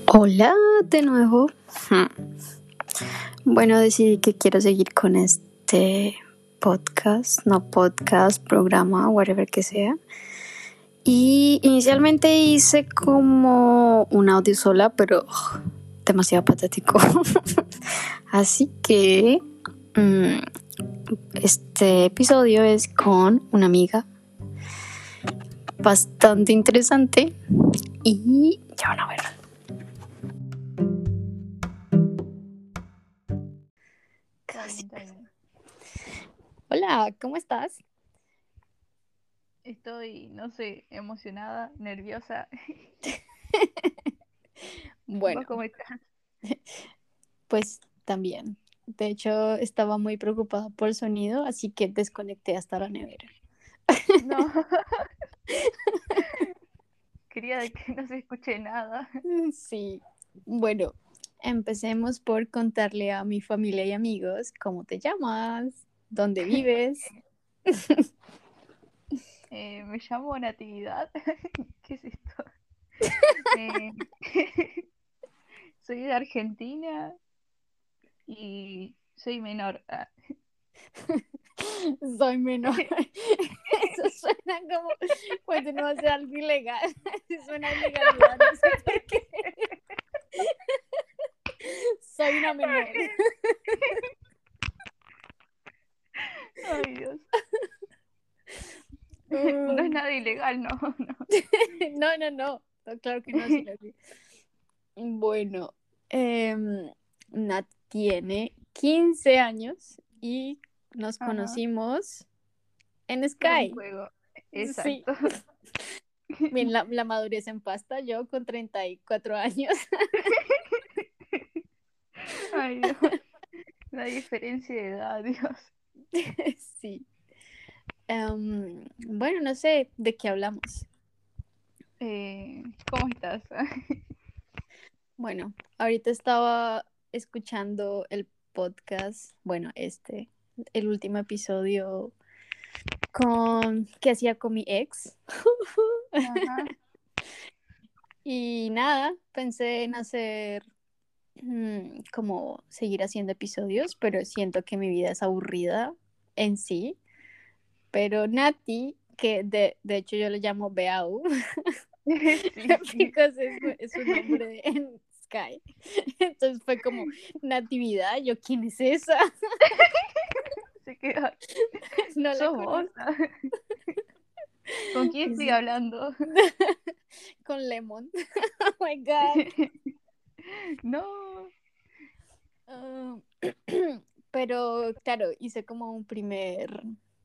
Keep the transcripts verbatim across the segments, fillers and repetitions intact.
Hola de nuevo. Hmm. Bueno, decidí que quiero seguir con este podcast, no podcast, programa, whatever que sea. Y inicialmente hice como un audio sola, pero oh, demasiado patético. Así que um, este episodio es con una amiga bastante interesante y ya van a ver. Está bien, está bien. Hola, ¿cómo estás? Estoy, no sé, emocionada, nerviosa. Bueno, ¿Vos cómo estás? pues también. De hecho, estaba muy preocupada por el sonido, así que desconecté hasta la nevera. No, quería que no se escuche nada. Sí. Bueno, empecemos por contarle a mi familia y amigos cómo te llamas, dónde vives. Eh, me llamo Natividad. ¿Qué es esto? Eh, soy de Argentina y soy menor. Ah, Soy menor. Eso suena como cuando uno hace algo ilegal. Suena a ilegalidad, no sé por qué. Soy una menor. Ay, Dios. No es Mm. nada ilegal, no, no. No, no, no. No, claro que no, sino que- Bueno, em, Nat tiene quince años y nos Ajá, conocimos en por un Sky. juego. Sí, Exacto. bien, la, la madurez en pasta, yo con treinta y cuatro años. Ay, Dios. La diferencia de edad, Dios. Sí. Em, bueno, no sé de qué hablamos. Eh, ¿cómo estás? Bueno, ahorita estaba escuchando el podcast, bueno, este, el último episodio con que hacía con mi ex. Ajá. Y nada, pensé en hacer mm, como seguir haciendo episodios, pero siento que mi vida es aburrida en sí. Pero Nati, que de, de hecho yo le llamo Beau, Sí, sí. because es, es su nombre en Sky. Entonces fue como, Natividad, yo, ¿quién es esa? Se quedó. No la ¿Sos vos? conozco. ¿Con quién Y estoy sí, hablando? con Lemon. Oh my God. No. Ah, pero claro, hice como un primer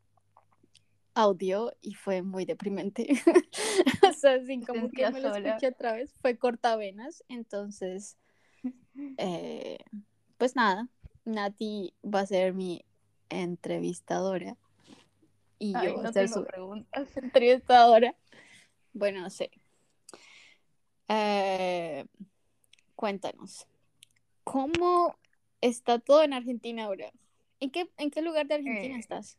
audio y fue muy deprimente. O sea, así Te como que sentías me lo sola. escuché otra vez, fue cortavenas, entonces, eh, pues nada, Nati va a ser mi entrevistadora y yo Ay, voy a no ser tengo su preguntas. entrevistadora. Bueno, no sé. Eh, cuéntanos, ¿cómo está todo en Argentina ahora? ¿En qué, en qué lugar de Argentina Eh, estás?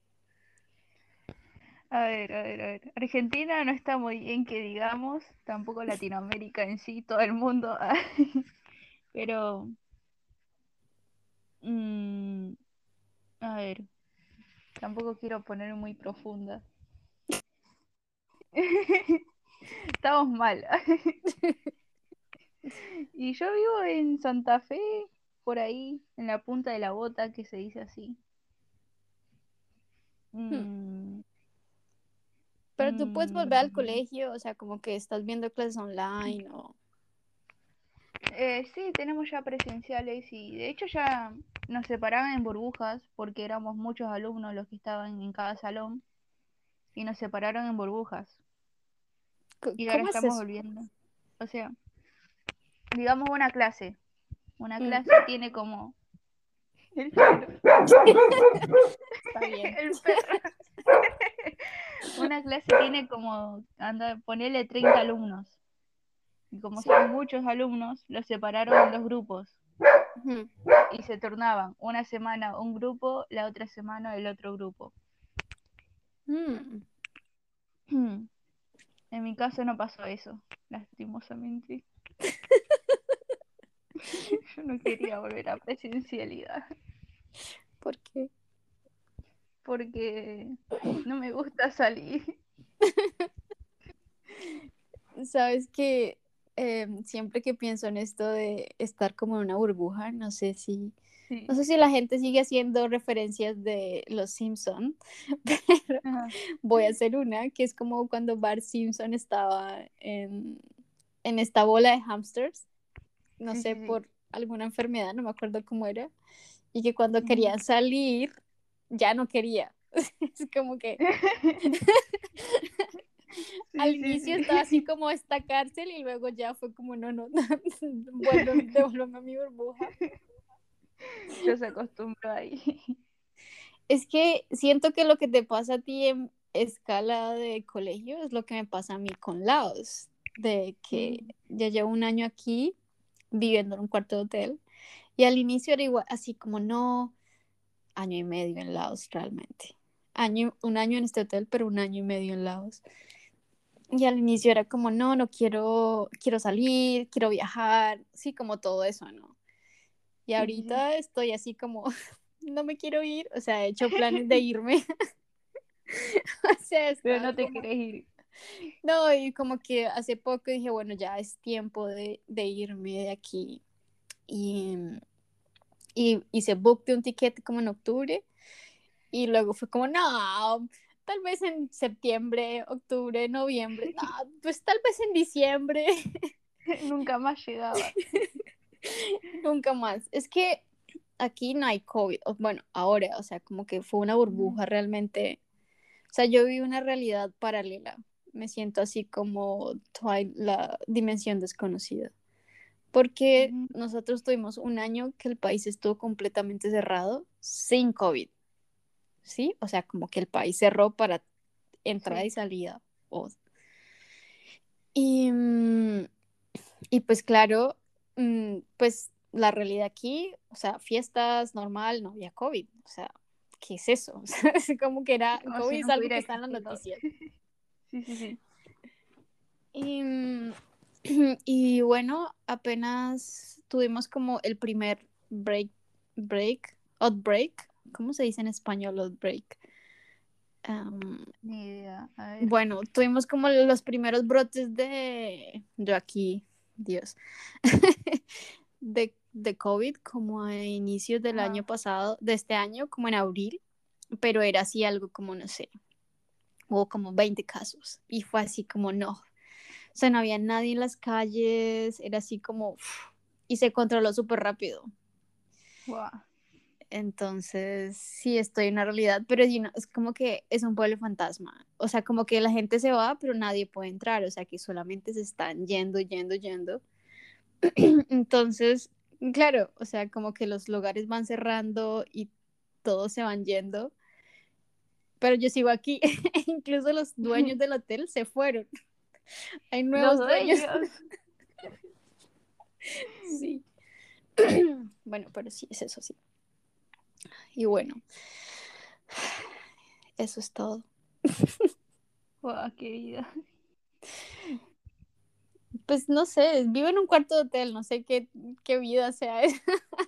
a ver, a ver, a ver. Argentina no está muy bien que digamos, tampoco Latinoamérica en sí, todo el mundo. Pero, mm, a ver, tampoco quiero poner muy profunda. Estamos mal. Y yo vivo en Santa Fe, por ahí, en la punta de la bota, que se dice así. Hmm. Mm, Pero tú puedes volver al mm, colegio, o sea, como que estás viendo clases online o... eh, sí, tenemos ya presenciales y de hecho ya nos separaban en burbujas porque éramos muchos alumnos los que estaban en cada salón y nos separaron en burbujas y ahora ¿Cómo es estamos eso? volviendo. O sea, digamos una clase. Una Mm. clase tiene como... El perro. Está bien. El perro. Una clase tiene como, anda, ponerle treinta alumnos. Y como Sí. son muchos alumnos, los separaron en dos grupos. Ujú. Y se turnaban. Una semana un grupo, la otra semana el otro grupo. Mm. En mi caso no pasó eso, lastimosamente. Yo no quería volver a presencialidad ¿Por qué? porque no me gusta salir. Sabes que eh, siempre que pienso en esto de estar como en una burbuja, no sé si, no Sí. sé si la gente sigue haciendo referencias de los Simpson, pero Ajá. voy a hacer una que es como cuando Bart Simpson estaba en, en esta bola de hamsters, no Sí, sé, sí, sí. por alguna enfermedad, no me acuerdo cómo era, y que cuando Ujú. quería salir ya no quería. Es como que al Sí, sí, inicio estaba así sí. como esta cárcel y luego ya fue como, no, no, vuelve, devuélveme a mi burbuja. Ya se acostumbró ahí. Es que siento que lo que te pasa a ti en escala de colegio es lo que me pasa a mí con Laos, de que Ujú. ya llevo un año aquí viviendo en un cuarto de hotel y al inicio era igual, así como no, año y medio en Laos realmente. Año, un año en este hotel, pero un año y medio en Laos. Y al inicio era como, no, no quiero, quiero salir, quiero viajar, sí, como todo eso, ¿no? Y Sí, sí, sí. ahorita estoy así como, no me quiero ir, o sea, he hecho planes de irme, o sea, Pero estaba no te como, querés ir. no, y como que hace poco dije, bueno, ya es tiempo de, de irme de aquí. Y, y hice book de un ticket como en octubre, y luego fue como, no, tal vez en septiembre, octubre, noviembre, no, pues tal vez en diciembre. Nunca más llegaba. Nunca más. Es que aquí no hay COVID. O, bueno, ahora, o sea, como que fue una Ujú. burbuja realmente. O sea, yo vi una realidad paralela. Me siento así como Twilight, la dimensión desconocida. Porque Ujú. nosotros tuvimos un año que el país estuvo completamente cerrado sin COVID. ¿Sí? O sea, como que el país cerró para entrada y Sí. salida. O- Y, mm, Y pues claro, mm, pues la realidad aquí, o sea, fiestas normal, no había COVID, o sea, ¿qué es eso? O sea, es como que era, Como COVID si es nunca algo hubiera que está en las existido. noticias. Sí, sí, sí. Y, mm, y bueno, apenas tuvimos como el primer break, break, outbreak, ¿cómo se dice en español outbreak? Um, Ni idea. A ver. bueno, tuvimos como los primeros brotes de, yo aquí, Dios, de, de COVID como a inicios del año Ajá. pasado, de este año, como en abril, pero era así algo como, no sé, hubo como veinte casos y fue así como no, o sea, no había nadie en las calles, era así como, uf, y se controló súper rápido. Guau. Entonces, sí, estoy en una realidad, pero sí, no, es como que es un pueblo fantasma. O sea, como que la gente se va, pero nadie puede entrar. O sea, que solamente se están yendo, yendo, yendo. Entonces, claro, o sea, como que los lugares van cerrando y todos se van yendo. Pero yo sigo aquí. Incluso los dueños del hotel se fueron. Hay Los nuevos dueños. dueños. Sí. Bueno, pero sí, es eso sí. Y bueno, eso es todo. Guau, qué vida. Pues no sé, vivo en un cuarto de hotel, no sé qué, qué vida sea esa,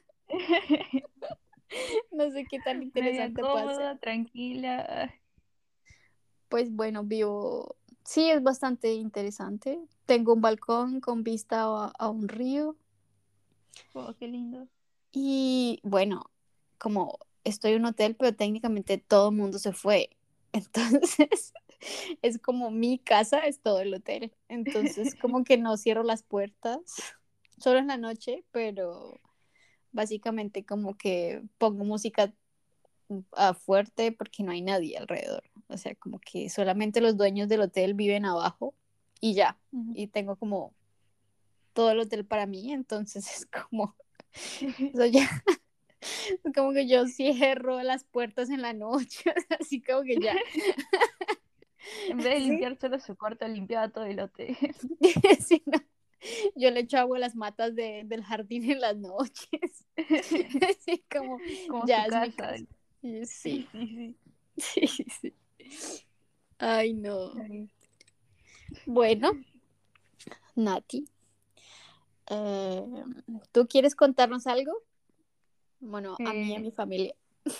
no sé qué tan Una vida interesante pase. cómoda, tranquila. Pues bueno, vivo, sí, es bastante interesante. Tengo un balcón con vista a, a un río Guau, qué lindo. y bueno, como estoy en un hotel, pero técnicamente todo el mundo se fue. Entonces, es como mi casa, es todo el hotel. Entonces, como que no cierro las puertas, solo en la noche, pero básicamente como que pongo música uh, fuerte porque no hay nadie alrededor. O sea, como que solamente los dueños del hotel viven abajo y ya. Ujú. Y tengo como todo el hotel para mí, entonces es como, eso ya, como que yo cierro las puertas en la noche, así como que ya. En vez de Sí, limpiar solo su cuarto, limpiaba todo el hotel. sí, no. Yo le echo agua a las matas de, del jardín en las noches. Así como, Como su ya es mi casa. casa. Y Sí, sí, sí, sí. sí, sí. Ay, no. Ay. Bueno, Nati, Eh, ¿Tú quieres contarnos algo? Bueno, a mí y a Eh, mi familia.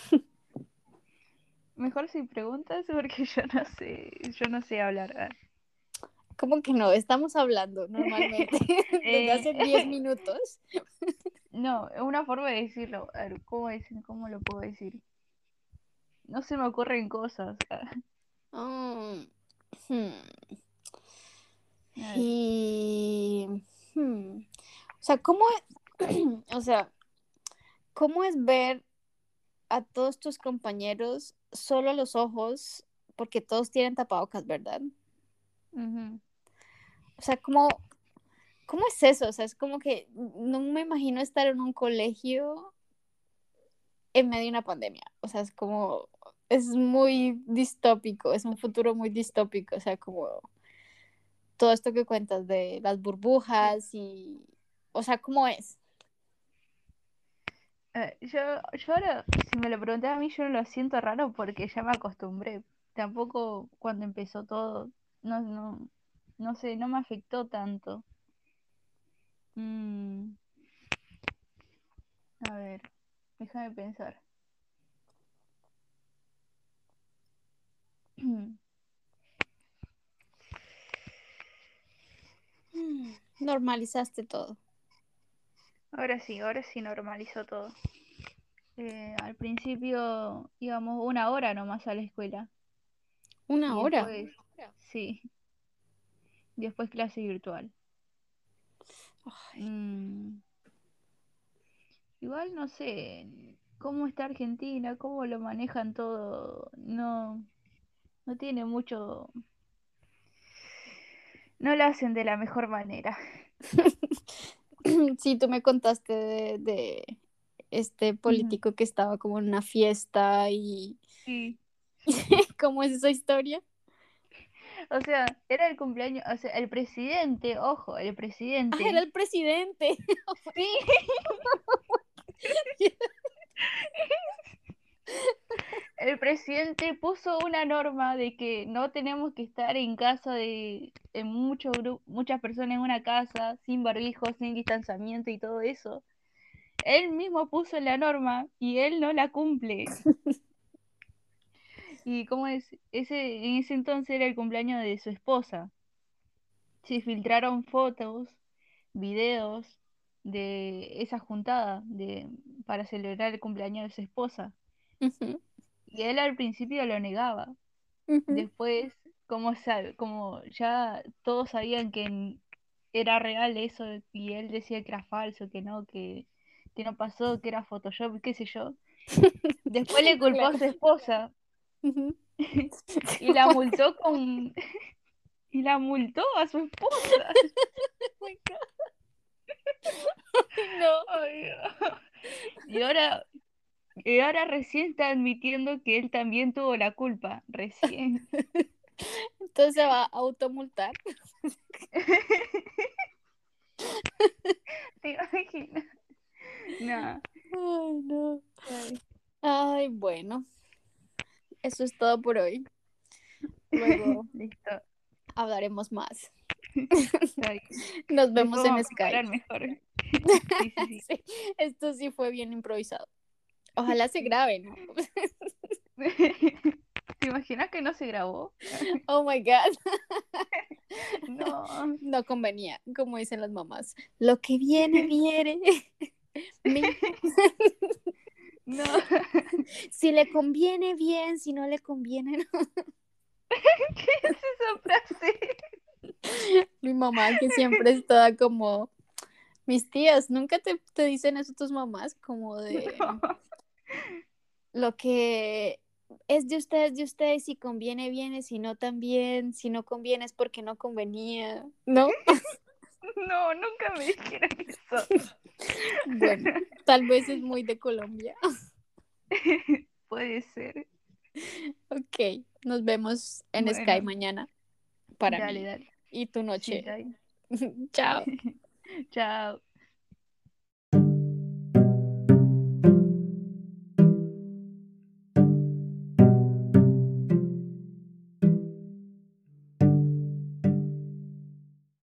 mejor si preguntas porque yo no sé, yo no sé hablar. Ah. ¿Cómo que no? Estamos hablando normalmente desde Eh, hace diez minutos. no, es una forma de decirlo. A ver, ¿cómo, decir- cómo lo puedo decir? No se me ocurren cosas. Ah. Mm, hmm. A ver. Y, hmm, o sea, ¿cómo es, o sea, cómo es ver a todos tus compañeros solo a los ojos, porque todos tienen tapabocas, ¿verdad? Ujú. O sea, ¿cómo, cómo es eso? O sea, es como que no me imagino estar en un colegio en medio de una pandemia. O sea, es como, es muy distópico, es un futuro muy distópico. O sea, como todo esto que cuentas de las Sí. burbujas y, o sea, ¿cómo es? Eh, yo, yo ahora, si me lo preguntas a mí, yo no lo siento raro porque ya me acostumbré. Tampoco cuando empezó todo, no, no, no sé, no me afectó tanto. Mm, a ver, déjame pensar. Mm, Normalizaste todo. Ahora sí, ahora sí normalizó todo. Eh, al principio íbamos una hora nomás a la escuela Una y hora. después, sí, después clase virtual. Mm, igual no sé cómo está Argentina, cómo lo manejan todo. No, no tiene mucho, no lo hacen de la mejor manera. Sí, tú me contaste de, de este Ujú. político que estaba como en una fiesta y Sí. ¿cómo es esa historia? O sea, era el cumpleaños, o sea, el presidente, ojo, el Ah, era presidente. el presidente. Sí, el presidente puso una norma de que no tenemos que estar en casa de en mucho gru- muchas personas en una casa, sin barbijo, sin distanciamiento y todo eso. Él mismo puso la norma y él no la cumple. Y cómo es, ese, en ese entonces era el cumpleaños de su esposa. Se filtraron fotos, videos de esa juntada de, para celebrar el cumpleaños de su esposa. Ujú, Y él al principio lo negaba. ujú. Después, como, sabe, como ya todos sabían que n- era real eso y él decía que era falso, que no, que, que no pasó, que era Photoshop, qué sé yo. Después le culpó a Claro. su esposa Ujú. y la multó con y la multó a su esposa. Oh my God. Ay, no. Ay, no. Y ahora, y ahora recién está admitiendo que él también tuvo la culpa, recién. Entonces se va a automultar. ¿Te imaginas? No. Ay, no. Ay. Ay, bueno, eso es todo por hoy. Luego Listo. hablaremos más. Está bien. Nos vemos Después en vamos a Skype. preparar mejor. Sí, sí, sí. Sí, esto sí fue bien improvisado. Ojalá se Sí. grabe, ¿no? ¿Te imaginas que no se grabó? Oh my God. No. No convenía, como dicen las mamás. Lo que viene, viene. Mi- No. Si le conviene, bien. Si no le conviene, no. ¿Qué es esa frase? Mi mamá que siempre es toda como... Mis tías, ¿nunca te, te dicen eso tus mamás? Como de No. lo que es de ustedes, de ustedes, si conviene, viene, si no, también, si no conviene es porque no convenía, ¿no? No, nunca me dijeron eso. Bueno, tal vez es muy de Colombia. Puede ser. Ok, nos vemos en Sky Bueno, mañana para dale, mí dale. y tu Sí, noche. está bien. Chao. Chao.